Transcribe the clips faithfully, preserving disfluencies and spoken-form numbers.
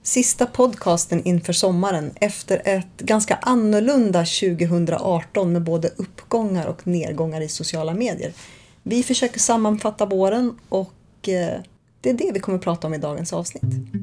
Sista podcasten inför sommaren efter ett ganska annorlunda tjugohundraarton med både uppgångar och nedgångar i sociala medier. Vi försöker sammanfatta våren och det är det vi kommer att prata om i dagens avsnitt.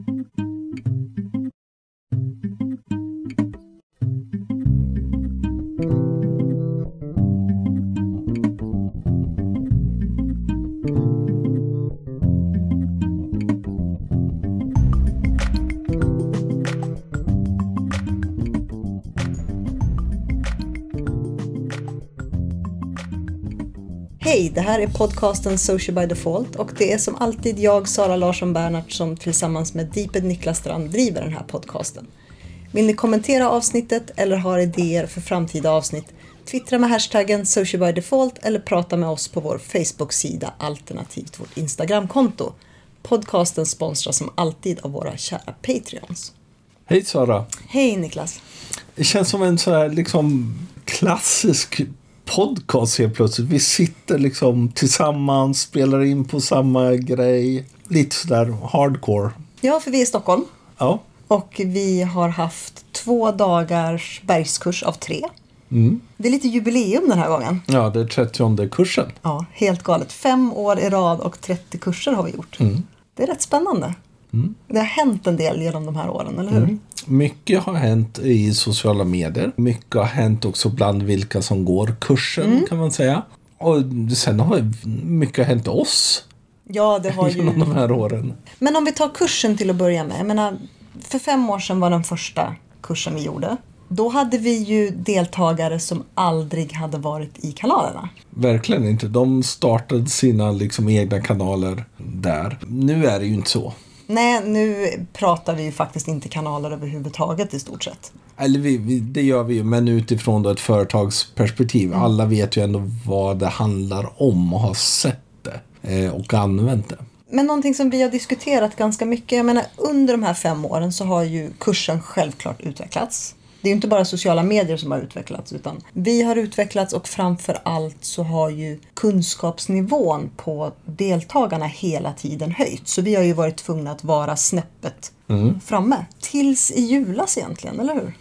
Hej, det här är podcasten Social by Default och det är som alltid jag, Sara Larsson Bernhardt, som tillsammans med Deeped Niklas Strand driver den här podcasten. Vill ni kommentera avsnittet eller har idéer för framtida avsnitt, twittra med hashtaggen Social by Default eller prata med oss på vår Facebook-sida alternativt vårt Instagram-konto. Podcasten sponsras som alltid av våra kära Patreons. Hej Sara. Hej Niklas. Det känns som en så här liksom klassisk podcast helt plötsligt. Vi sitter liksom tillsammans, spelar in på samma grej. Lite sådär hardcore. Ja, för vi är i Stockholm. Ja. Och vi har haft två dagars bergskurs av tre. Mm. Det är lite jubileum den här gången. Ja, det är trettionde kursen. Ja, helt galet. Fem år i rad och trettio kurser har vi gjort. Mm. Det är rätt spännande. Mm. Det har hänt en del genom de här åren, eller hur? Mm. Mycket har hänt i sociala medier. Mycket har hänt också bland vilka som går kursen, mm. kan man säga. Och sen har mycket hänt oss. Ja, det har ju... genom de här åren. Men om vi tar kursen till att börja med. Jag menar, för fem år sedan var den första kursen vi gjorde. Då hade vi ju deltagare som aldrig hade varit i kanalerna. Verkligen inte. De startade sina liksom egna kanaler där. Nu är det ju inte så. Nej, nu pratar vi ju faktiskt inte kanaler överhuvudtaget i stort sett. Eller vi, vi, det gör vi ju, men utifrån då ett företagsperspektiv. Mm. Alla vet ju ändå vad det handlar om och har sett det eh, och använt det. Men någonting som vi har diskuterat ganska mycket, jag menar under de här fem åren så har ju kursen självklart utvecklats. Det är ju inte bara sociala medier som har utvecklats, utan vi har utvecklats och framför allt så har ju kunskapsnivån på deltagarna hela tiden höjt. Så vi har ju varit tvungna att vara snäppet mm. framme. Tills i julas egentligen, eller hur?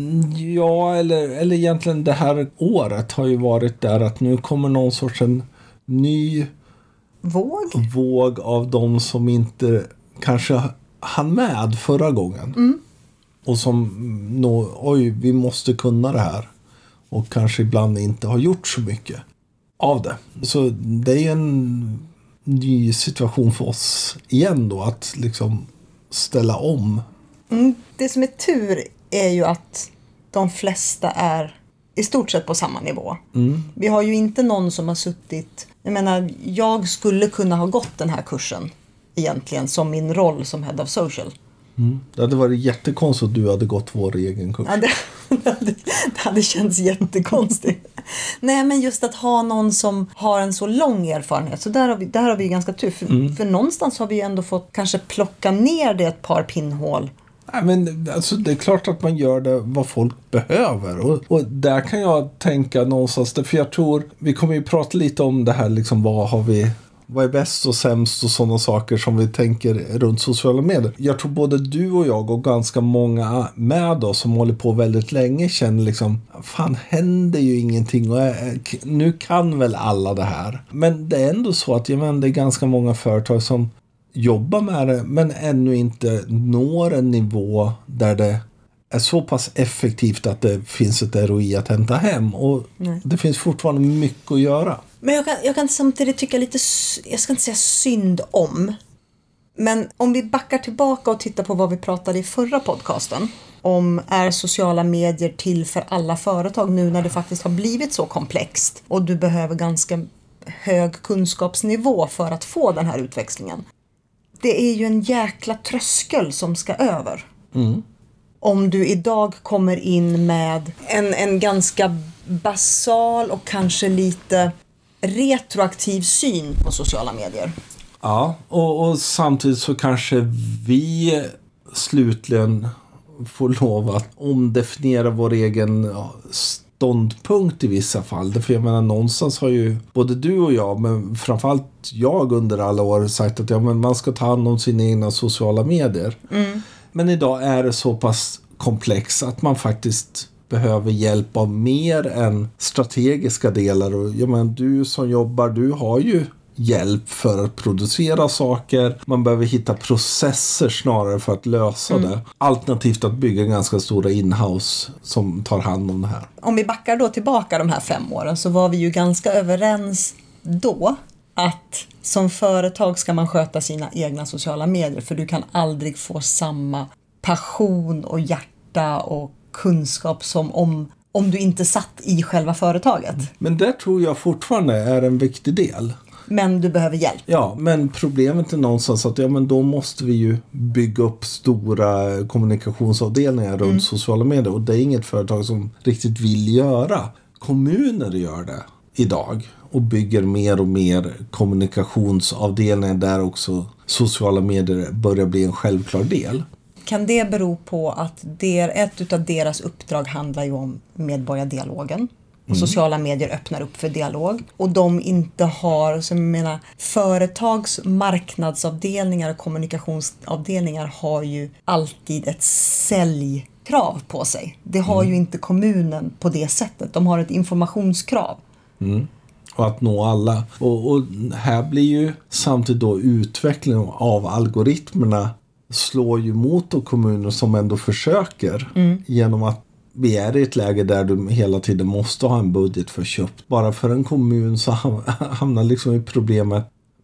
Ja, eller, eller egentligen det här året har ju varit där att nu kommer någon sorts en ny våg, våg av de som inte kanske hann med förra gången. Mm. Och som, nå, oj, vi måste kunna det här. Och kanske ibland inte har gjort så mycket av det. Så det är en ny situation för oss igen då. Att liksom ställa om. Mm, det som är tur är ju att de flesta är i stort sett på samma nivå. Mm. Vi har ju inte någon som har suttit... Jag menar, jag skulle kunna ha gått den här kursen egentligen som min roll som head of social. Mm. Det hade varit jättekonstigt att du hade gått vår egen kurs. Ja, det, det, hade, det hade känts jättekonstigt. Nej, men just att ha någon som har en så lång erfarenhet. Så där har vi, där har vi ganska tur. För, mm. för någonstans har vi ändå fått kanske plocka ner det ett par pinnhål. Nej, men alltså, det är klart att man gör det vad folk behöver. Och, och där kan jag tänka någonstans. För jag tror, vi kommer ju prata lite om det här. Liksom, vad har vi... Vad är bäst och sämst och sådana saker som vi tänker runt sociala medier. Jag tror både du och jag och ganska många med oss som håller på väldigt länge känner liksom, fan händer ju ingenting och nu kan väl alla det här. Men det är ändå så att jag menar, det är ganska många företag som jobbar med det men ännu inte når en nivå där det är så pass effektivt att det finns ett R O I att hämta hem. Och Nej. Det finns fortfarande mycket att göra. Men jag kan, jag kan samtidigt tycka lite, jag ska inte säga synd om. Men om vi backar tillbaka och tittar på vad vi pratade i förra podcasten. Om är sociala medier till för alla företag nu när det faktiskt har blivit så komplext. Och du behöver ganska hög kunskapsnivå för att få den här utväxlingen. Det är ju en jäkla tröskel som ska över. Mm. Om du idag kommer in med en, en ganska basal och kanske lite retroaktiv syn på sociala medier. Ja, och, och samtidigt så kanske vi slutligen får lov att omdefiniera vår egen ståndpunkt i vissa fall. För jag menar, någonstans har ju både du och jag, men framförallt jag under alla år sagt att ja, men man ska ta hand om sina egna sociala medier. Mm. Men idag är det så pass komplext att man faktiskt behöver hjälp av mer än strategiska delar. Och jag menar, du som jobbar, du har ju hjälp för att producera saker. Man behöver hitta processer snarare för att lösa mm. det. Alternativt att bygga ganska stora inhouse som tar hand om det här. Om vi backar då tillbaka de här fem åren så var vi ju ganska överens då att som företag ska man sköta sina egna sociala medier, för du kan aldrig få samma passion och hjärta och kunskap som om, om du inte satt i själva företaget. Men det tror jag fortfarande är en viktig del. Men du behöver hjälp. Ja, men problemet är någonstans att ja, men då måste vi ju bygga upp stora kommunikationsavdelningar runt mm. sociala medier. Och det är inget företag som riktigt vill göra. Kommuner gör det idag och bygger mer och mer kommunikationsavdelningar där också sociala medier börjar bli en självklar del. Kan det bero på att det är ett av deras uppdrag handlar ju om medborgardialogen? Och mm. sociala medier öppnar upp för dialog. Och de inte har, som jag menar, företags marknadsavdelningar och kommunikationsavdelningar har ju alltid ett säljkrav på sig. Det har mm. ju inte kommunen på det sättet. De har ett informationskrav. Mm. Och att nå alla. Och, och här blir ju samtidigt då utvecklingen av algoritmerna slår ju mot de kommuner som ändå försöker mm. genom att vi är i ett läge där du hela tiden måste ha en budget för köpt. Bara för en kommun så hamnar liksom i problemet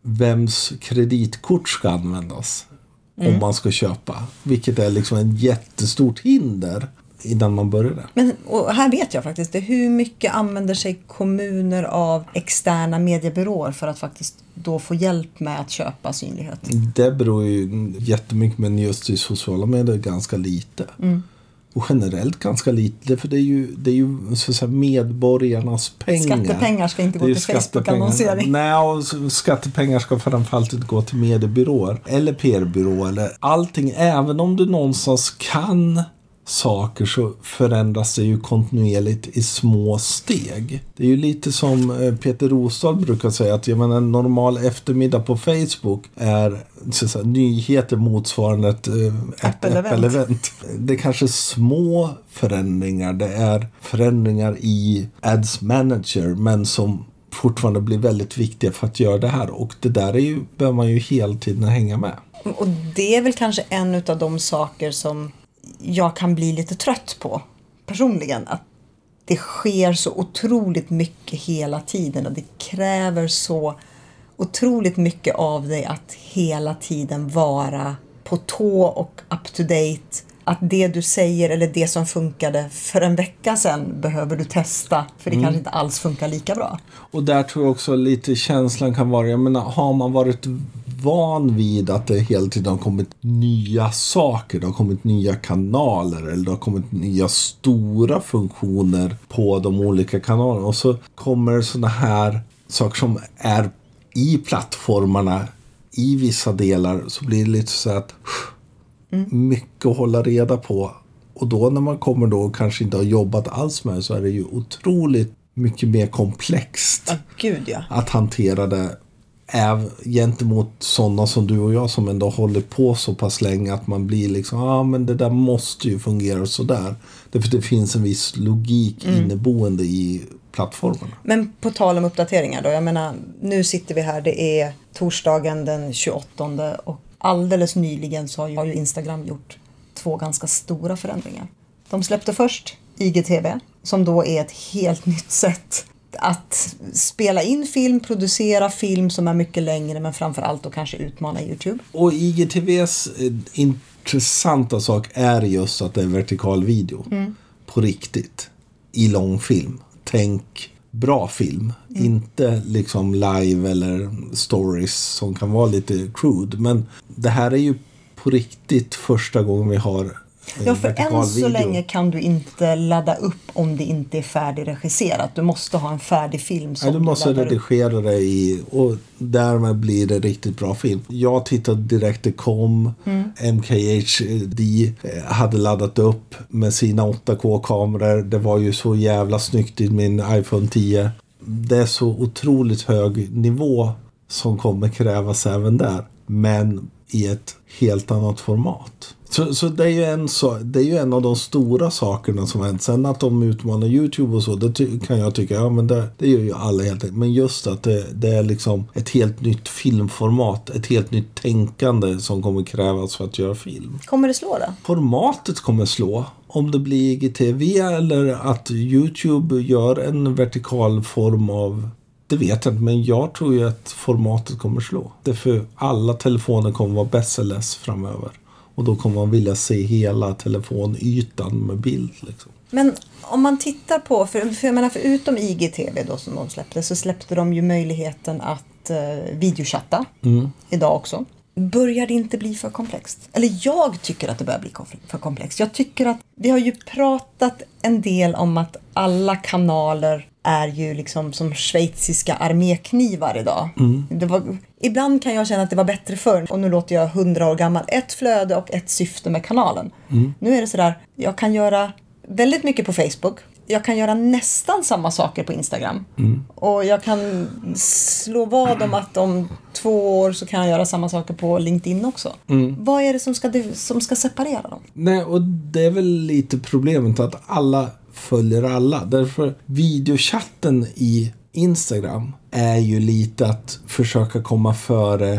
vems kreditkort ska användas mm. om man ska köpa. Vilket är liksom en jättestort hinder innan man börjar det. Men och här vet jag faktiskt det, hur mycket använder sig kommuner av externa mediebyråer för att faktiskt då få hjälp med att köpa synlighet? Det beror ju jättemycket, men just i sociala medier ganska lite. Mm. Och generellt ganska lite, för det är ju, det är ju så att säga, medborgarnas pengar. Skattepengar ska inte gå till Facebook-annonsering. Nej, och skattepengar ska framförallt inte gå till mediebyråer eller P R-byråer eller allting. Även om du någonstans kan saker så förändras det ju kontinuerligt i små steg. Det är ju lite som Peter Rosdahl brukar säga, att jag menar, en normal eftermiddag på Facebook är så att säga, nyheter motsvarande ett Apple-event. Det är kanske små förändringar, det är förändringar i Ads Manager, men som fortfarande blir väldigt viktiga för att göra det här. Och det där är ju, behöver man ju hela tiden hänga med. Och det är väl kanske en av de saker som jag kan bli lite trött på personligen, att det sker så otroligt mycket hela tiden och det kräver så otroligt mycket av dig att hela tiden vara på tå och up to date. Att det du säger eller det som funkade för en vecka sedan behöver du testa, för det mm. kanske inte alls funkar lika bra. Och där tror jag också lite känslan kan vara, jag menar, har man varit van vid att det hela tiden har kommit nya saker, det har kommit nya kanaler eller det har kommit nya stora funktioner på de olika kanalerna, och så kommer såna här saker som är i plattformarna i vissa delar, så blir det lite så att mm. mycket att hålla reda på, och då när man kommer då och kanske inte har jobbat alls med, så är det ju otroligt mycket mer komplext oh, Gud, ja. att hantera det är gentemot sådana som du och jag som ändå håller på så pass länge att man blir liksom, ja ah, men det där måste ju fungera så där. Därför det finns en viss logik mm. inneboende i plattformarna. Men på tal om uppdateringar då, jag menar, nu sitter vi här, det är torsdagen den tjugoåttonde och alldeles nyligen så har ju Instagram gjort två ganska stora förändringar. De släppte först I G T V, som då är ett helt nytt sätt att spela in film, producera film som är mycket längre, men framförallt då kanske utmana YouTube. Och I G T V:s intressanta sak är just att det är vertikal video mm. på riktigt i lång film. Tänk bra film, mm. inte liksom live eller stories som kan vara lite crude, men det här är ju på riktigt första gången vi har Ja, för än så länge kan du inte ladda upp om det inte är färdigregisserat. Du måste ha en färdig film som ja, du måste du redigera det i, och därmed blir det riktigt bra film. Jag tittade direkt, det kom mm. M K H D hade laddat upp med sina åtta K-kameror. Det var ju så jävla snyggt i min iPhone tio. Det är så otroligt hög nivå som kommer krävas även där, men i ett helt annat format. Så, så det är ju en så, det är ju en av de stora sakerna som hänt. Sen att de utmanar YouTube och så, det ty- kan jag tycka, ja men det, det gör ju alla helt enkelt. Men just att det, det är liksom ett helt nytt filmformat, ett helt nytt tänkande som kommer krävas för att göra film. Kommer det slå då? Formatet kommer slå. Om det blir I G T V eller att YouTube gör en vertikal form av, det vet jag inte, men jag tror ju att formatet kommer slå. Därför alla telefoner kommer vara B S L S framöver. Och då kommer man vilja se hela telefonytan med bild. Liksom. Men om man tittar på, för, för jag menar förutom I G T V då som de släppte, så släppte de ju möjligheten att eh, videochatta mm. idag också. Börjar det inte bli för komplext? Eller jag tycker att det börjar bli för komplext. Jag tycker att vi har ju pratat en del om att alla kanaler är ju liksom som schweiziska arméknivar idag. Mm. Det var, ibland kan jag känna att det var bättre förr. Och nu låter jag hundra år gammal. Ett flöde och ett syfte med kanalen. Mm. Nu är det sådär, jag kan göra väldigt mycket på Facebook. Jag kan göra nästan samma saker på Instagram. Mm. Och jag kan slå vad om att om två år så kan jag göra samma saker på LinkedIn också. Mm. Vad är det som ska, som ska separera dem? Nej, och det är väl lite problemet att alla följer alla. Därför videochatten i Instagram är ju lite att försöka komma före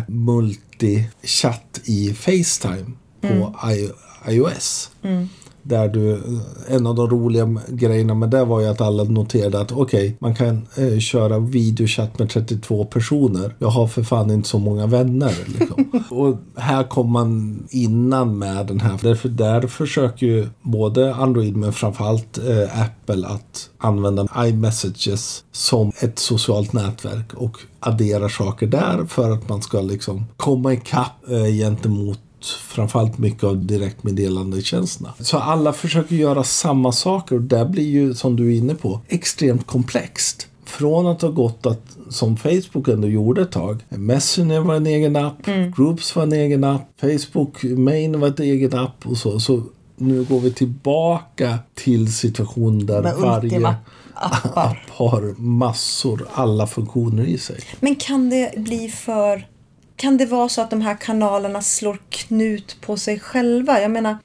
multichatt i FaceTime på mm. iOS. Mm. Där du, en av de roliga grejerna med det var ju att alla noterade att okej, okay, man kan eh, köra videochatt med trettiotvå personer. Jag har för fan inte så många vänner. Liksom. Och här kom man innan med den här. Därför där försöker ju både Android men framförallt eh, Apple att använda iMessages som ett socialt nätverk och addera saker där för att man ska liksom komma ikapp eh, gentemot framförallt mycket av direktmeddelandetjänsterna. Så alla försöker göra samma saker och det blir ju, som du är inne på, extremt komplext. Från att ha gått att, som Facebook ändå gjorde ett tag, Messenger var en egen app, mm. Groups var en egen app, Facebook Main var en egen app och så. Så nu går vi tillbaka till situation där med varje app har massor, alla funktioner i sig. Men kan det bli för... Kan det vara så att de här kanalerna slår knut på sig själva? Jag menar,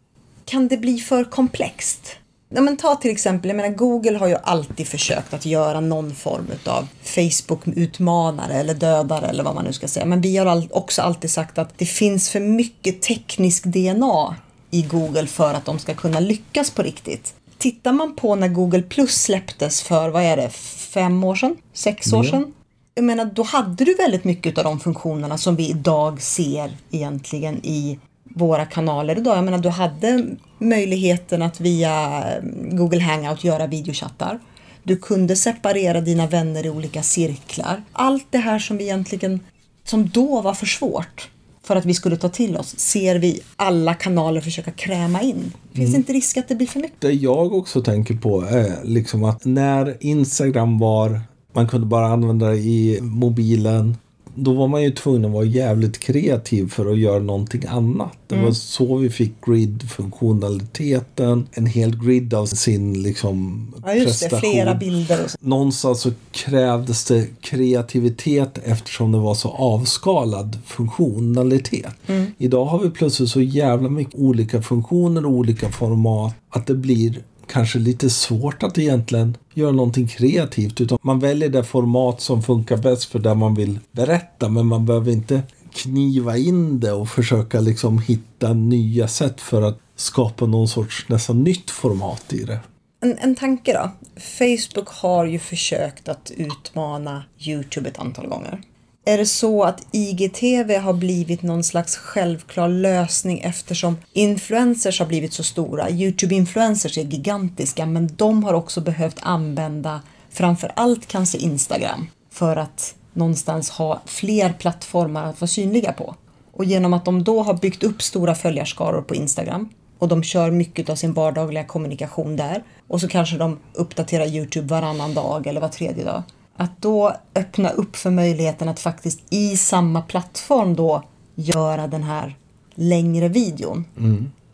kan det bli för komplext? Ja, men ta till exempel, jag menar Google har ju alltid försökt att göra någon form av Facebook-utmanare eller dödare eller vad man nu ska säga. Men vi har också alltid sagt att det finns för mycket teknisk D N A i Google för att de ska kunna lyckas på riktigt. Tittar man på när Google Plus släpptes för, vad är det, fem år sedan? Sex år sedan? Jag menar, då hade du väldigt mycket av de funktionerna som vi idag ser egentligen i våra kanaler idag. Jag menar, du hade möjligheten att via Google Hangout göra videochattar. Du kunde separera dina vänner i olika cirklar. Allt det här som vi egentligen, som då var för svårt för att vi skulle ta till oss, ser vi alla kanaler försöka kräma in. Finns mm. det inte risk att det blir för mycket? Det jag också tänker på är liksom att när Instagram var... Man kunde bara använda det i mobilen. Då var man ju tvungen att vara jävligt kreativ för att göra någonting annat. Det mm. var så vi fick grid-funktionaliteten. En hel grid av sin liksom, ja, just prestation. Det, flera bilder. Och så. Någonstans så krävdes det kreativitet eftersom det var så avskalad funktionalitet. Mm. Idag har vi plötsligt så jävla mycket olika funktioner och olika format att det blir... kanske lite svårt att egentligen göra någonting kreativt, utan man väljer det format som funkar bäst för det man vill berätta, men man behöver inte kniva in det och försöka liksom hitta nya sätt för att skapa någon sorts nästan nytt format i det. En, en tanke då. Facebook har ju försökt att utmana YouTube ett antal gånger. Är det så att I G T V har blivit någon slags självklar lösning eftersom influencers har blivit så stora? YouTube-influencers är gigantiska, men de har också behövt använda framför allt kanske Instagram för att någonstans ha fler plattformar att vara synliga på. Och genom att de då har byggt upp stora följarskaror på Instagram och de kör mycket av sin vardagliga kommunikation där, och så kanske de uppdaterar YouTube varannan dag eller var tredje dag. Att då öppna upp för möjligheten att faktiskt i samma plattform då göra den här längre videon. Mm. Att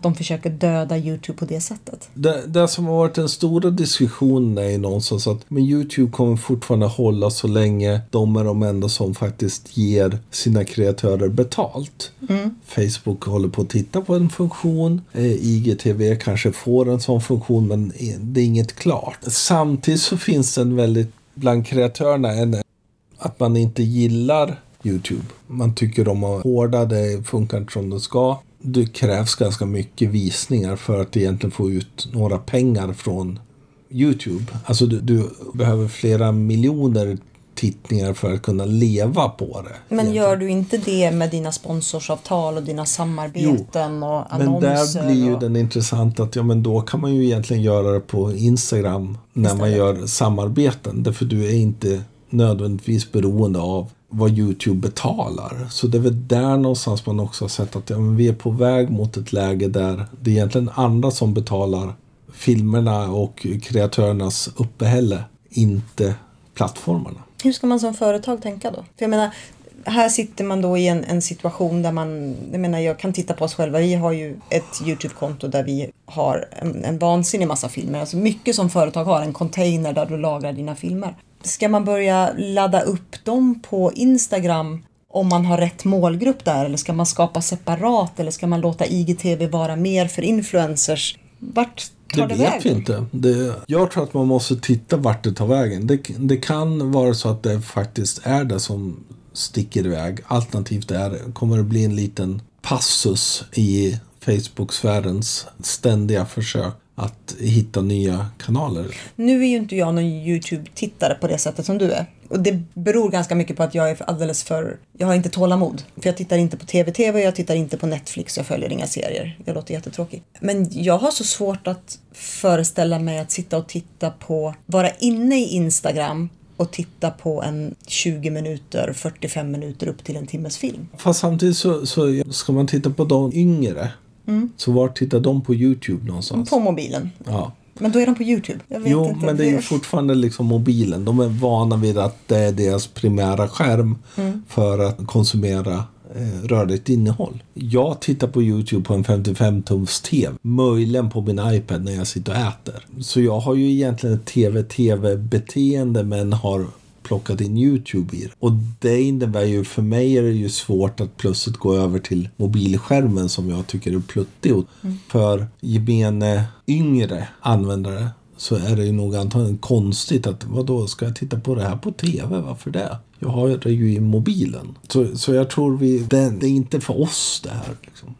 att de försöker döda YouTube på det sättet. Det, det som har varit en stora diskussion är någonstans att men YouTube kommer fortfarande hålla så länge de är de enda som faktiskt ger sina kreatörer betalt. Mm. Facebook håller på att titta på en funktion. Eh, I G T V kanske får en sån funktion, men det är inget klart. Samtidigt så finns det en väldigt bland kreatörerna en, att man inte gillar YouTube. Man tycker de har hårda, det funkar inte som det ska. Det krävs ganska mycket visningar för att egentligen få ut några pengar från YouTube. Alltså du, du behöver flera miljoner tittningar för att kunna leva på det. Men egentligen. Gör du inte det med dina sponsorsavtal och dina samarbeten jo, och annonser? Men där blir ju och... den intressant att ja, men då kan man ju egentligen göra det på Instagram när Istället. man gör samarbeten. Därför du är inte nödvändigtvis beroende av vad YouTube betalar. Så det är väl där någonstans man också har sett att ja, men vi är på väg mot ett läge där det är egentligen andra som betalar filmerna och kreatörernas uppehälle, inte plattformarna. Hur ska man som företag tänka då? För jag menar, här sitter man då i en, en situation där man, jag menar jag kan titta på oss själva, vi har ju ett YouTube-konto där vi har en, en vansinnig massa filmer, alltså mycket som företag har, en container där du lagrar dina filmer. Ska man börja ladda upp dem på Instagram om man har rätt målgrupp där, eller ska man skapa separat, eller ska man låta I G T V vara mer för influencers? Vart tar det, det vet vägen? Vi inte. Det, jag tror att man måste titta vart det tar vägen. Det, det kan vara så att det faktiskt är det som sticker iväg. Alternativt är, kommer det bli en liten passus i Facebook-sfärens ständiga försök att hitta nya kanaler. Nu är ju inte jag någon YouTube-tittare på det sättet som du är. Och det beror ganska mycket på att jag är alldeles för... Jag har inte tålamod. För jag tittar inte på tv-tv, jag tittar inte på Netflix, jag följer inga serier. Det låter jättetråkigt. Men jag har så svårt att föreställa mig att sitta och titta på... Vara inne i Instagram och titta på en tjugo minuter, fyrtiofem minuter upp till en timmes film. Fast samtidigt så, så ska man titta på de yngre. Mm. Så var tittar de på YouTube någonstans? På mobilen. Ja. Men då är de på YouTube. Jag vet jo, inte. men det är ju fortfarande liksom mobilen. De är vana vid att det är deras primära skärm mm. för att konsumera eh, rörligt innehåll. Jag tittar på YouTube på en femtiofem tums tv. Möjligen på min iPad när jag sitter och äter. Så jag har ju egentligen ett tv-tv-beteende men har plockat in YouTube i det. Och det innebär ju, för mig är det ju svårt att plötsligt gå över till mobilskärmen som jag tycker är pluttig. Mm. För gemene yngre användare så är det ju nog antagligen konstigt att vadå, ska jag titta på det här på tv? Varför det? Jag har det ju i mobilen. Så, så jag tror vi, det, det är inte för oss det här liksom.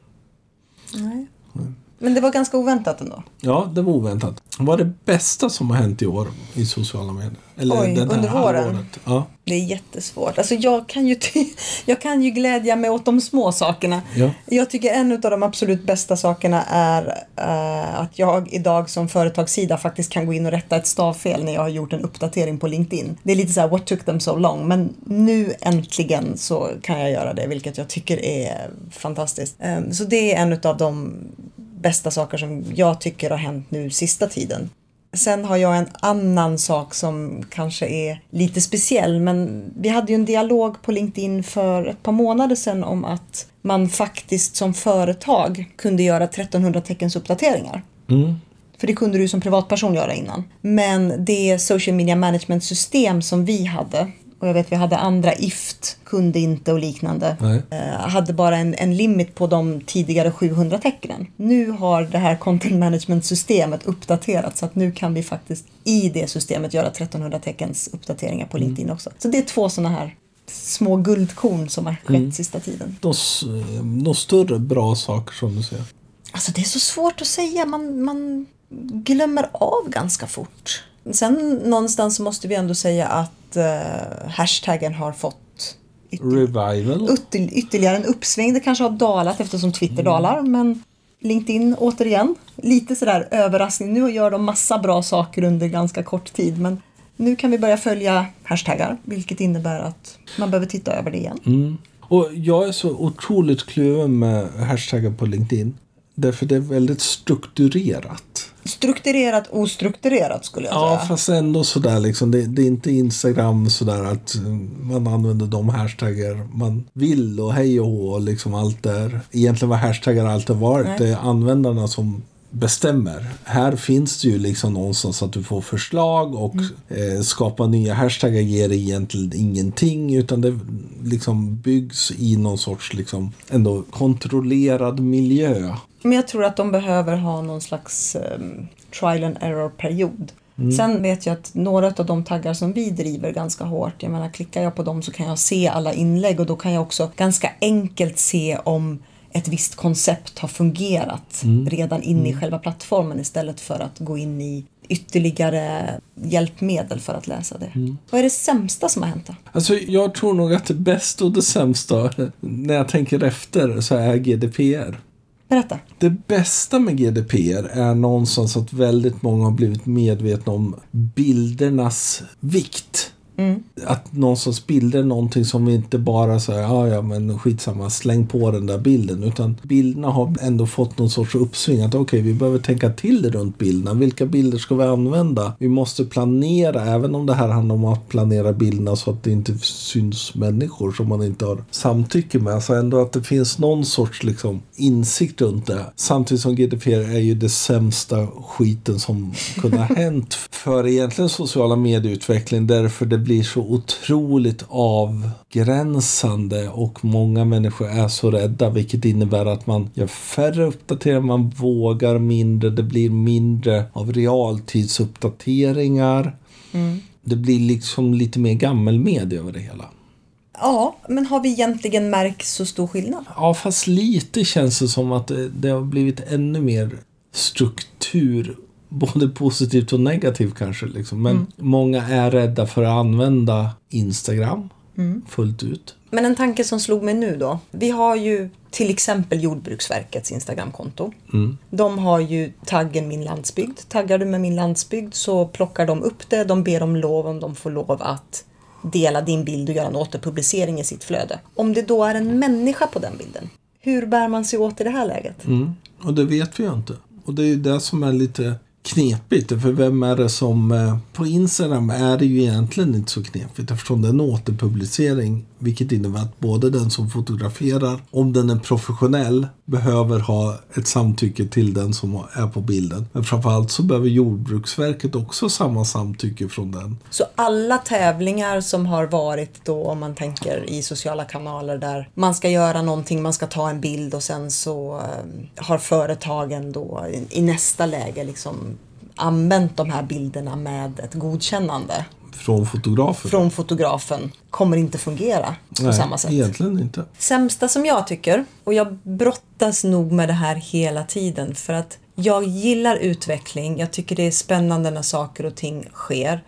Nej. Mm. Men det var ganska oväntat ändå. Ja, det var oväntat. Vad var det bästa som har hänt i år i sociala medier? Eller Oj, den här under våren? Året? Ja. Det är jättesvårt. Alltså jag kan ju ty- jag kan ju glädja mig åt de små sakerna. Ja. Jag tycker en av de absolut bästa sakerna är uh, att jag idag som företagssida faktiskt kan gå in och rätta ett stavfel när jag har gjort en uppdatering på LinkedIn. Det är lite så här, what took them so long? Men nu äntligen så kan jag göra det, vilket jag tycker är fantastiskt. Um, så det är en av de bästa saker som jag tycker har hänt nu sista tiden. Sen har jag en annan sak som kanske är lite speciell, men vi hade ju en dialog på LinkedIn för ett par månader sedan om att man faktiskt som företag kunde göra trettonhundra teckens uppdateringar. Mm. För det kunde du som privatperson göra innan. Men det social media management system som vi hade, och jag vet vi hade andra, I F T kunde inte och liknande. Eh, hade bara en, en limit på de tidigare sjuhundra tecknen. Nu har det här content management systemet uppdaterats så att nu kan vi faktiskt i det systemet göra trettonhundra teckens uppdateringar på LinkedIn mm. också. Så det är två sådana här små guldkorn som har skett mm. sista tiden. Några större bra saker som du säger. Alltså det är så svårt att säga. Man, man glömmer av ganska fort. Sen någonstans måste vi ändå säga att Uh, hashtaggen har fått ytter- Revival. Ytter- ytterligare en uppsving. Det kanske har dalat eftersom Twitter mm. dalar, men LinkedIn återigen lite sådär överraskning. Nu gör de massa bra saker under ganska kort tid, men nu kan vi börja följa hashtaggar, vilket innebär att man behöver titta över det igen. Mm. Och jag är så otroligt kluven med hashtaggar på LinkedIn. Därför det är väldigt strukturerat. strukturerat, ostrukturerat skulle jag säga. Ja, fast ändå sådär liksom. Det, det är inte Instagram sådär att man använder de hashtaggar man vill och hej och hå och liksom allt där. Egentligen vad hashtaggar alltid varit. Nej. Det är användarna som bestämmer. Här finns det ju liksom någonstans att du får förslag och mm. eh, skapa nya hashtaggar ger egentligen ingenting utan det liksom byggs i någon sorts liksom ändå kontrollerad miljö. Men jag tror att de behöver ha någon slags um, trial and error-period. Mm. Sen vet jag att några av de taggar som vi driver ganska hårt, jag menar klickar jag på dem så kan jag se alla inlägg och då kan jag också ganska enkelt se om ett visst koncept har fungerat mm. redan inne i själva plattformen istället för att gå in i ytterligare hjälpmedel för att läsa det. Mm. Vad är det sämsta som har hänt då? Alltså jag tror nog att det bästa och det sämsta när jag tänker efter så är G D P R. Berätta. Det bästa med G D P R är någonstans att väldigt många har blivit medvetna om bildernas vikt. Mm. Att någonstans bilder är någonting som vi inte bara säger ja ja men skitsamma, släng på den där bilden, utan bilderna har ändå fått någon sorts uppsving att okej, okay, vi behöver tänka till det runt bilderna. Vilka bilder ska vi använda? Vi måste planera, även om det här handlar om att planera bilderna så att det inte syns människor som man inte har samtycke med, så ändå att det finns någon sorts liksom insikt runt det. Samtidigt som G D P R är ju det sämsta skiten som kunde ha hänt för egentligen sociala medieutveckling, därför det blir så otroligt avgränsande och många människor är så rädda, vilket innebär att man gör färre uppdateringar, man vågar mindre, det blir mindre av realtidsuppdateringar. Mm. Det blir liksom lite mer gammelmedia över det hela. Ja, men har vi egentligen märkt så stor skillnad? Ja, fast lite känns det som att det, det har blivit ännu mer struktur, både positivt och negativt kanske liksom. Men mm. många är rädda för att använda Instagram mm. fullt ut. Men en tanke som slog mig nu då. Vi har ju till exempel Jordbruksverkets Instagramkonto. Mm. De har ju taggen min landsbygd. Taggar du med min landsbygd så plockar de upp det. De ber om lov om de får lov att dela din bild och göra en återpublicering i sitt flöde. Om det då är en människa på den bilden, hur bär man sig åt i det här läget? Mm. Och det vet vi ju inte. Och det är ju det som är lite knepigt, för vem är det som eh, på Instagram är det ju egentligen inte så knepigt eftersom det är en återpublicering, vilket innebär att både den som fotograferar, om den är professionell, behöver ha ett samtycke till den som är på bilden, men framförallt så behöver Jordbruksverket också samma samtycke från den. Så alla tävlingar som har varit då, om man tänker i sociala kanaler där man ska göra någonting, man ska ta en bild och sen så eh, har företagen då i, i nästa läge liksom använt de här bilderna med ett godkännande från fotografen. Från fotografen kommer inte fungera på Nej, samma sätt. Egentligen inte. Sämsta som jag tycker, och jag brottas nog med det här hela tiden för att jag gillar utveckling, jag tycker det är spännande när saker och ting sker,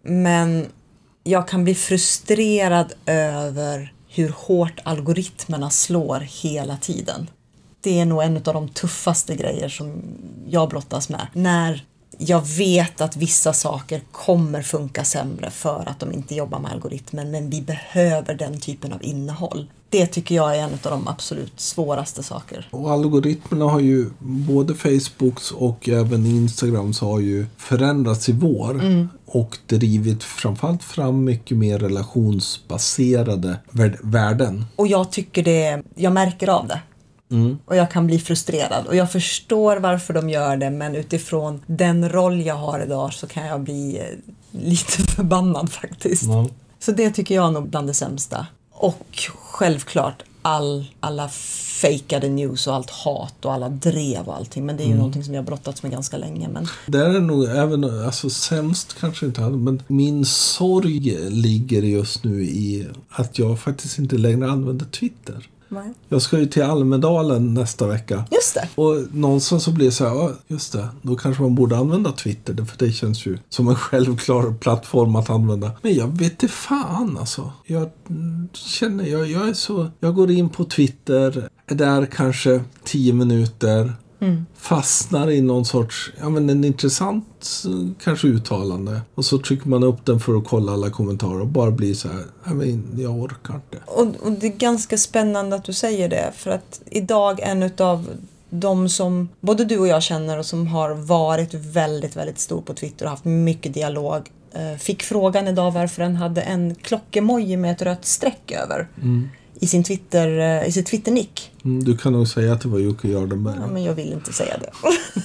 men jag kan bli frustrerad över hur hårt algoritmerna slår hela tiden. Det är nog en av de tuffaste grejer som jag brottas med. När jag vet att vissa saker kommer funka sämre för att de inte jobbar med algoritmen, men vi behöver den typen av innehåll. Det tycker jag är en av de absolut svåraste saker. Och algoritmerna har ju, både Facebooks och även Instagrams har ju förändrats i vår mm. och drivit framförallt fram mycket mer relationsbaserade värden. Och jag tycker det, jag märker av det. Mm. Och jag kan bli frustrerad och jag förstår varför de gör det, men utifrån den roll jag har idag så kan jag bli lite förbannad faktiskt. Mm. Så det tycker jag nog bland det sämsta. Och självklart all, alla fejkade news och allt hat och alla drev och allting, men det är ju mm. någonting som jag brottats med ganska länge. Men... Det är nog även, alltså sämst kanske inte hade, men min sorg ligger just nu i att jag faktiskt inte längre använder Twitter. Nej. Jag ska ju till Almedalen nästa vecka. Just det. Och någonstans så blir det så här, ja, just det, då kanske man borde använda Twitter, för det känns ju som en självklar plattform att använda. Men jag vet inte fan alltså. Jag känner, jag, jag är så, jag går in på Twitter, är där kanske tio minuter, mm. fastnar i någon sorts, ja men en intressant kanske uttalande, och så trycker man upp den för att kolla alla kommentarer och bara blir så här, ja men jag orkar inte. Och, och det är ganska spännande att du säger det, för att idag en av de som både du och jag känner och som har varit väldigt, väldigt stor på Twitter och haft mycket dialog fick frågan idag varför han hade en klockemoji med ett rött streck över mm. i sin Twitter, i sitt Twitter-nick. Mm, du kan nog säga att det var Jocke Jardenberg. Ja, men jag vill inte säga det.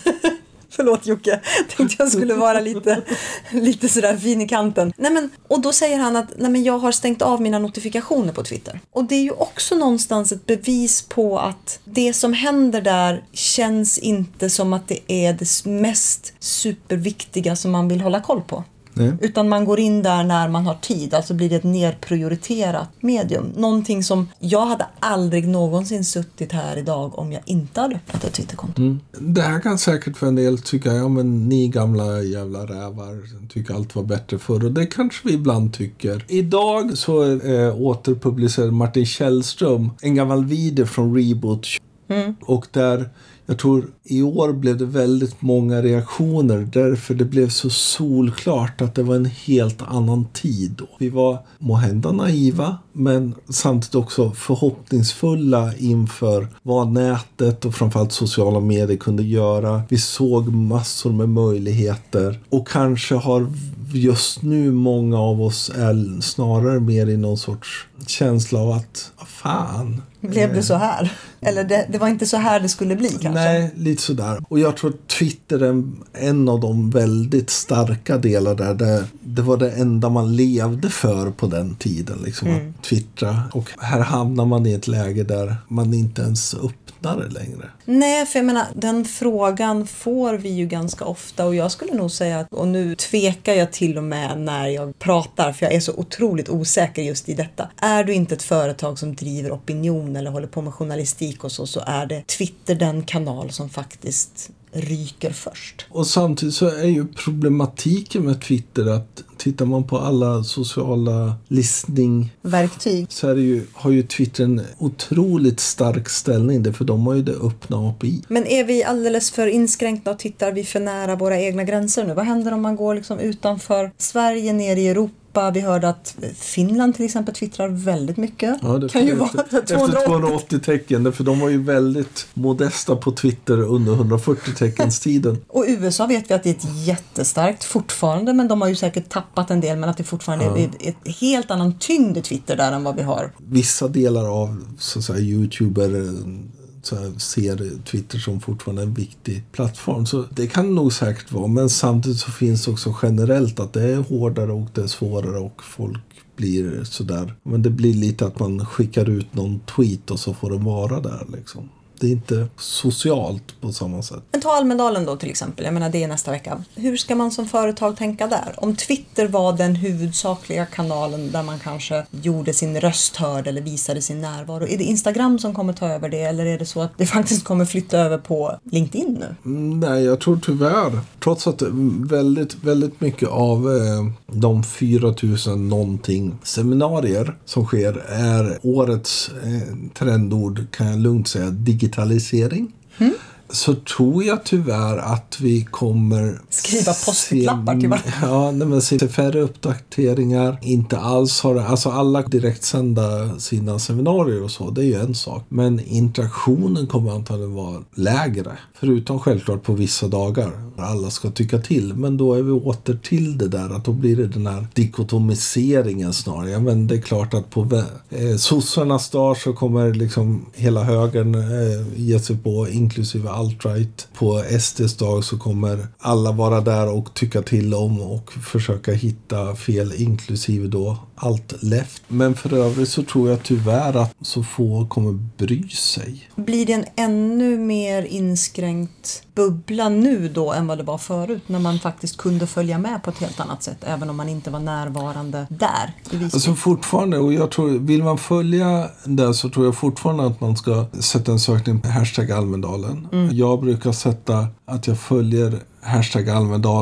Förlåt Jocke, tänkte jag skulle vara lite, lite sådär fin i kanten. Nej, men, och då säger han att nej, men jag har stängt av mina notifikationer på Twitter. Och det är ju också någonstans ett bevis på att det som händer där känns inte som att det är det mest superviktiga som man vill hålla koll på. Nej. Utan man går in där när man har tid. Alltså blir det ett nerprioriterat medium. Någonting som jag hade aldrig någonsin suttit här idag om jag inte hade öppnat ett Twitterkonto. Mm. Det här kan säkert för en del tycka, ja men ni gamla jävla rävar tycker allt var bättre förr. Och det kanske vi ibland tycker. Idag så äh, återpublicerade Martin Källström en gammal video från Reboot. Mm. Och där jag tror i år blev det väldigt många reaktioner därför det blev så solklart att det var en helt annan tid då. Vi var måhända naiva men samtidigt också förhoppningsfulla inför vad nätet och framförallt sociala medier kunde göra. Vi såg massor med möjligheter och kanske har just nu många av oss är snarare mer i någon sorts känsla av att fan. Blev det så här? Eller det, det var inte så här det skulle bli kanske? Nej, lite sådär. Och jag tror att Twitter är en, en av de väldigt starka delar där. Det, det var det enda man levde för på den tiden. Liksom, mm. att twittra. Och här hamnar man i ett läge där man inte ens öppnar det längre. Nej, för jag menar, den frågan får vi ju ganska ofta. Och jag skulle nog säga att, och nu tvekar jag till och med när jag pratar. För jag är så otroligt osäker just i detta. Är du inte ett företag som driver opinion eller håller på med journalistik och så, så är det Twitter den kanal som faktiskt ryker först. Och samtidigt så är ju problematiken med Twitter att tittar man på alla sociala listningsverktyg så är det ju, har ju Twitter en otroligt stark ställning därför de har ju det öppna A P I. Men är vi alldeles för inskränkta och tittar vi för nära våra egna gränser nu? Vad händer om man går liksom utanför Sverige ner i Europa? Vi hörde att Finland till exempel twittrar väldigt mycket. Ja, det kan ju vara efter tvåhundraåttio tecken, för de var ju väldigt modesta på Twitter under hundrafyrtio teckens tiden. Och U S A vet vi att det är ett jättestarkt fortfarande, men de har ju säkert tappat en del, men att det fortfarande ja. är ett helt annan tyngd i Twitter där än vad vi har. Vissa delar av så att säga YouTuber så här, ser Twitter som fortfarande en viktig plattform. Så det kan nog säkert vara. Men samtidigt så finns det också generellt att det är hårdare och det är svårare och folk blir sådär. Men det blir lite att man skickar ut någon tweet och så får den vara där liksom. Det är inte socialt på samma sätt. Men ta Almedalen då till exempel. Jag menar det är nästa vecka. Hur ska man som företag tänka där? Om Twitter var den huvudsakliga kanalen där man kanske gjorde sin röst hörd eller visade sin närvaro. Är det Instagram som kommer ta över det? Eller är det så att det faktiskt kommer flytta över på LinkedIn nu? Mm, nej, jag tror tyvärr. Trots att väldigt, väldigt mycket av eh, de fyra tusen någonting seminarier som sker är årets eh, trendord, kan jag lugnt säga, digital digitalisering. Mm. Så tror jag tyvärr att vi kommer skriva postlappar till varandra. Ja, nej, men se färre uppdateringar. Inte alls har alltså alla direktsända sina seminarier och så, det är ju en sak. Men interaktionen kommer antagligen vara lägre. Förutom självklart på vissa dagar. Alla ska tycka till. Men då är vi åter till det där att då blir det den här dikotomiseringen snarare. Men det är klart att på eh, sossarnas dag så kommer liksom hela högern eh, ge sig på, inklusive alt-right. På S D:s dag så kommer alla vara där och tycka till om och försöka hitta fel, inklusive då allt left. Men för övrigt så tror jag tyvärr att så få kommer bry sig. Blir det en ännu mer inskränkt bubbla nu då än vad det var förut, när man faktiskt kunde följa med på ett helt annat sätt även om man inte var närvarande där i Visby? Alltså fortfarande, och jag tror, vill man följa det så tror jag fortfarande att man ska sätta en sökning på hashtag Almedalen. Mm. Jag brukar sätta att jag följer hashtag Almedalen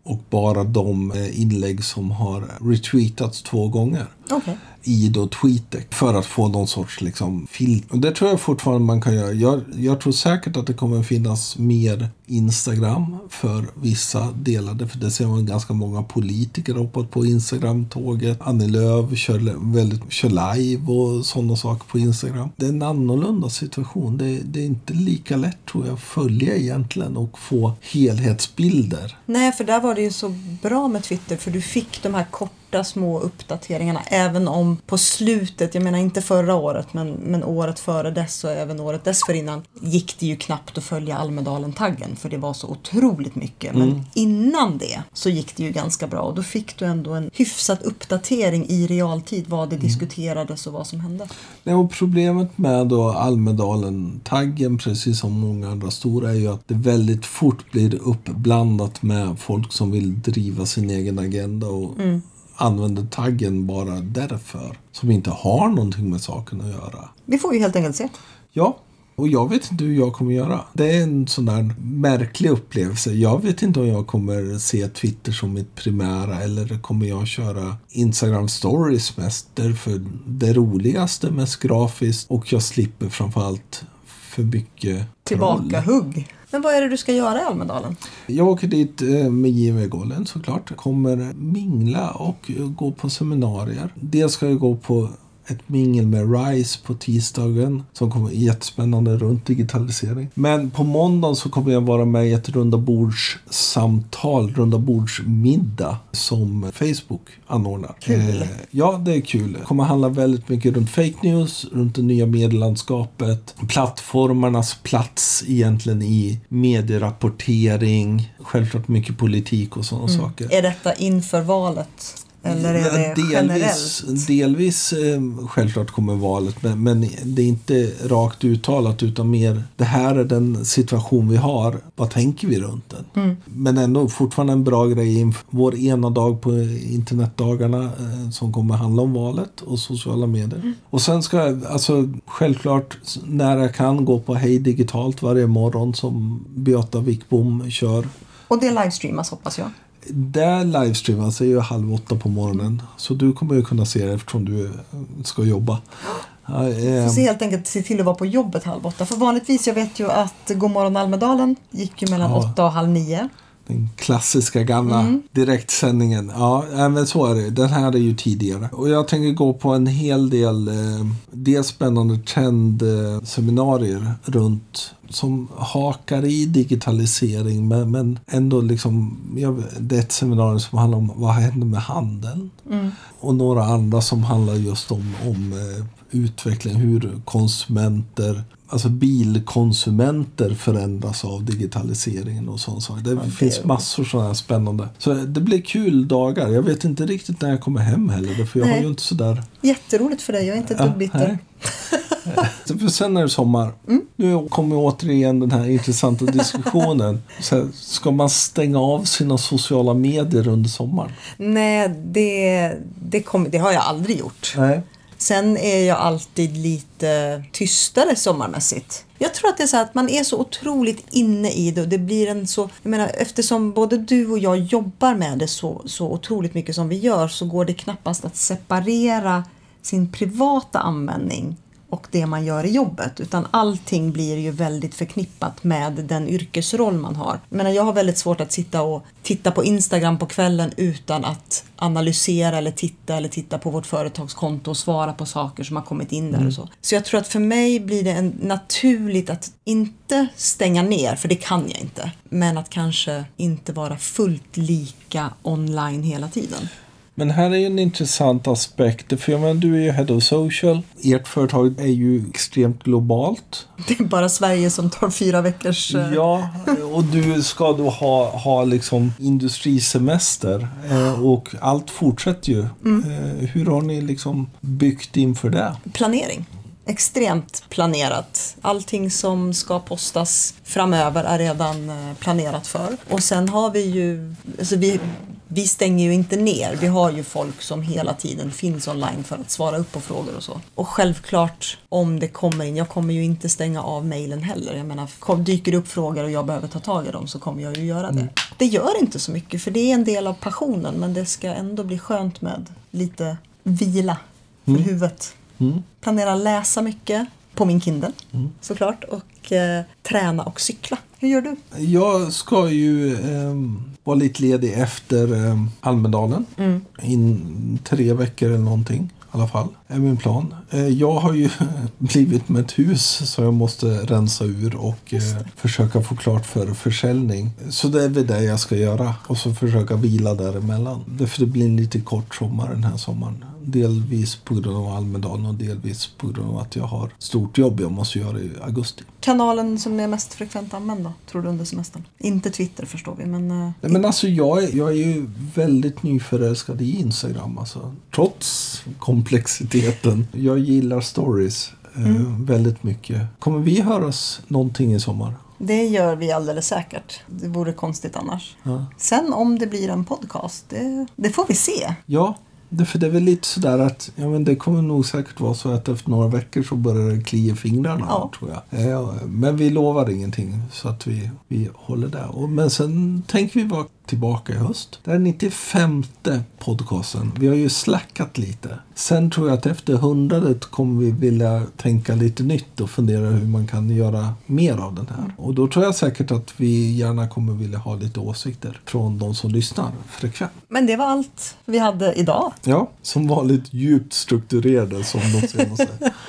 och bara de inlägg som har retweetats två gånger. Okay. I då TweetDeck för att få någon sorts liksom filter. Och det tror jag fortfarande man kan göra. Jag, jag tror säkert att det kommer finnas mer Instagram för vissa delar. För det ser man ganska många politiker hoppat på Instagram-tåget. Annie Lööf kör, väldigt, kör live och sådana saker på Instagram. Det är en annorlunda situation. Det, det är inte lika lätt tror jag att följa egentligen och få helhetsbilder. Nej, för där var det ju så bra med Twitter för du fick de här korta små uppdateringarna även om på slutet, jag menar inte förra året men, men året före dess och även året dessförinnan gick det ju knappt att följa Almedalen-taggen för det var så otroligt mycket. Men mm. innan det så gick det ju ganska bra och då fick du ändå en hyfsad uppdatering i realtid vad det mm. diskuterades och vad som hände. Nej, och problemet med då Almedalen-taggen precis som många andra stora är ju att det väldigt fort blir uppblandat med folk som vill driva sin egen agenda och mm. använder taggen bara därför. Som inte har någonting med saken att göra. Vi får ju helt enkelt se. Ja, och jag vet inte hur jag kommer göra. Det är en sån där märklig upplevelse. Jag vet inte om jag kommer se Twitter som mitt primära eller kommer jag köra Instagram stories mest. Därför det roligaste, mest grafiskt och jag slipper framförallt för mycket tillbaka hugg. Men vad är det du ska göra i Almedalen? Jag åker dit med J M V-gålen såklart. Kommer mingla och gå på seminarier. Dels ska jag gå på ett mingel med RISE på tisdagen som kommer jättespännande runt digitalisering. Men på måndagen så kommer jag vara med i ett rundabordssamtal, rundabordsmiddag som Facebook anordnar. Kul. Eh, ja, det är kul. Det kommer handla väldigt mycket runt fake news, runt det nya medielandskapet, plattformarnas plats egentligen i medierapportering, självklart mycket politik och sådana mm. saker. Är detta inför valet? Eller är det delvis, generellt? Delvis eh, självklart kommer valet men, men det är inte rakt uttalat utan mer det här är den situation vi har. Vad tänker vi runt den? Mm. Men ändå fortfarande en bra grej inför vår ena dag på internetdagarna eh, som kommer handla om valet och sociala medier. Mm. Och sen ska jag alltså självklart när jag kan gå på Hej Digitalt varje morgon som Beata Wickbom kör. Och det livestreamas hoppas jag. Där livestreamas är ju halv åtta på morgonen. Så du kommer ju kunna se det eftersom du ska jobba. Ja, eh. får se helt enkelt se till att vara på jobbet halv åtta. För vanligtvis, jag vet ju att Godmorgon Almedalen gick ju mellan ja. åtta och halv nio. Den klassiska gamla mm. direktsändningen. Ja, men så är det. Den här är ju tidigare. Och jag tänker gå på en hel del eh, dels spännande trendseminarier runt som hakar i digitalisering men, men ändå liksom jag, det är ett seminarium som handlar om vad händer med handeln mm. och några andra som handlar just om, om eh, utveckling, hur konsumenter alltså bilkonsumenter förändras av digitaliseringen och sånt. Det ja, finns det massor sådana här spännande. Så det blir kul dagar. Jag vet inte riktigt när jag kommer hem heller. För jag Nej. har ju inte sådär... Jätteroligt för dig. Jag är inte ett dugg bitter. För sen är det sommar. Mm. Nu kommer återigen den här intressanta diskussionen. Så här, ska man stänga av sina sociala medier under sommaren? Nej, det, det, kom, det har jag aldrig gjort. Nej. Sen är jag alltid lite tystare sommarmässigt. Jag tror att det är så att man är så otroligt inne i det och det blir en så, jag menar eftersom både du och jag jobbar med det så, så otroligt mycket som vi gör så går det knappast att separera sin privata användning och det man gör i jobbet utan allting blir ju väldigt förknippat med den yrkesroll man har. Jag menar, jag har väldigt svårt att sitta och titta på Instagram på kvällen utan att analysera eller titta eller titta på vårt företagskonto och svara på saker som har kommit in där mm. och så. Så jag tror att för mig blir det en naturligt att inte stänga ner, för det kan jag inte. Men att kanske inte vara fullt lika online hela tiden. Men här är ju en intressant aspekt. För jag menar, du är ju head of social. Ert företag är ju extremt globalt. Det är bara Sverige som tar fyra veckors... Ja, och du ska då ha, ha liksom industrisemester. Eh, och allt fortsätter ju. Mm. Eh, hur har ni liksom byggt inför det? Planering. Extremt planerat. Allting som ska postas framöver är redan planerat för. Och sen har vi ju... Alltså vi vi stänger ju inte ner. Vi har ju folk som hela tiden finns online för att svara upp på frågor och så. Och självklart om det kommer in, jag kommer ju inte stänga av mejlen heller. Jag menar, kom, dyker det upp frågor och jag behöver ta tag i dem så kommer jag ju göra det. Mm. Det gör inte så mycket för det är en del av passionen, men det ska ändå bli skönt med lite vila för mm. huvudet. Mm. Planera läsa mycket på min Kindle mm. såklart och eh, träna och cykla. Hur gör du? Jag ska ju eh, vara lite ledig efter eh, Almedalen. Mm. In tre veckor eller någonting. I alla fall, är min plan. Eh, jag har ju blivit med ett hus så jag måste rensa ur och eh, försöka få klart för försäljning. Så det är väl det jag ska göra. Och så försöka vila däremellan. Därför det blir en lite kort sommar den här sommaren. Delvis på grund av Almedalen och delvis på grund av att jag har stort jobb jag måste göra i augusti. Kanalen som är mest frekvent använd då, tror du under semestern? Inte Twitter förstår vi, men... Uh, Nej, men alltså jag är, jag är ju väldigt nyförälskad i Instagram. Alltså. Trots komplexiteten. Jag gillar stories uh, mm. väldigt mycket. Kommer vi höras någonting i sommar? Det gör vi alldeles säkert. Det vore konstigt annars. Ja. Sen om det blir en podcast, det, det får vi se. Ja. Det, för det är väl lite sådär att ja, men det kommer nog säkert vara så att efter några veckor så börjar det klia fingrarna ja. tror jag. Ja, men vi lovar ingenting så att vi, vi håller där. Och, men sen tänker vi vara tillbaka i höst. Det är nittiofemte podcasten. Vi har ju släckat lite. Sen tror jag att efter hundradet kommer vi vilja tänka lite nytt och fundera hur man kan göra mer av den här. Och då tror jag säkert att vi gärna kommer vilja ha lite åsikter från de som lyssnar frekvent. Men det var allt vi hade idag. Ja, som vanligt djupt strukturerade som de senaste.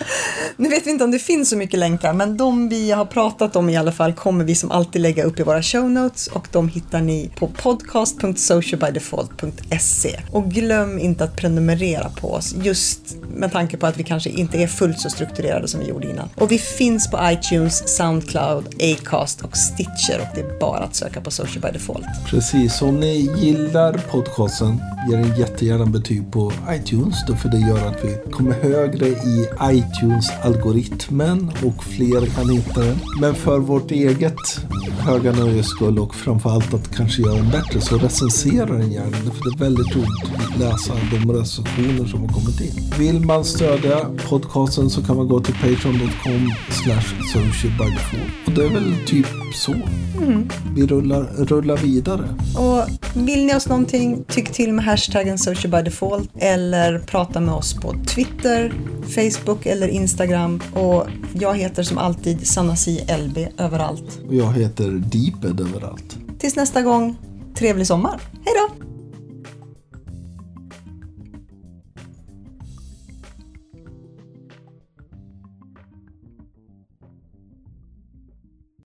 Nu vet vi inte om det finns så mycket länkar, men de vi har pratat om i alla fall kommer vi som alltid lägga upp i våra show notes och de hittar ni på podcast punkt social by default punkt se. Och glöm inte att prenumerera på oss just med tanke på att vi kanske inte är fullt så strukturerade som vi gjorde innan. Och vi finns på iTunes, Soundcloud, Acast och Stitcher och det är bara att söka på Social by Default. Precis, om ni gillar podcasten ger en jättegärna betyg på iTunes då för det gör att vi kommer högre i iTunes-algoritmen och fler kan hitta den. Men för vårt eget höga nöjes skull och framförallt att kanske göra en bättre så recensera den gärna för det är väldigt roligt att läsa de recensioner som har kommit in. Vill man stödja podcasten så kan man gå till patreon punkt com slash socialbydefault och det är väl typ så. Mm. Vi rullar, rullar vidare. Och vill ni oss någonting, tyck till med hashtaggen socialbydefault eller prata med oss på Twitter, Facebook eller Instagram. Och jag heter som alltid Sanasi L B överallt. Och jag heter Deeped överallt. Tills nästa gång, trevlig sommar!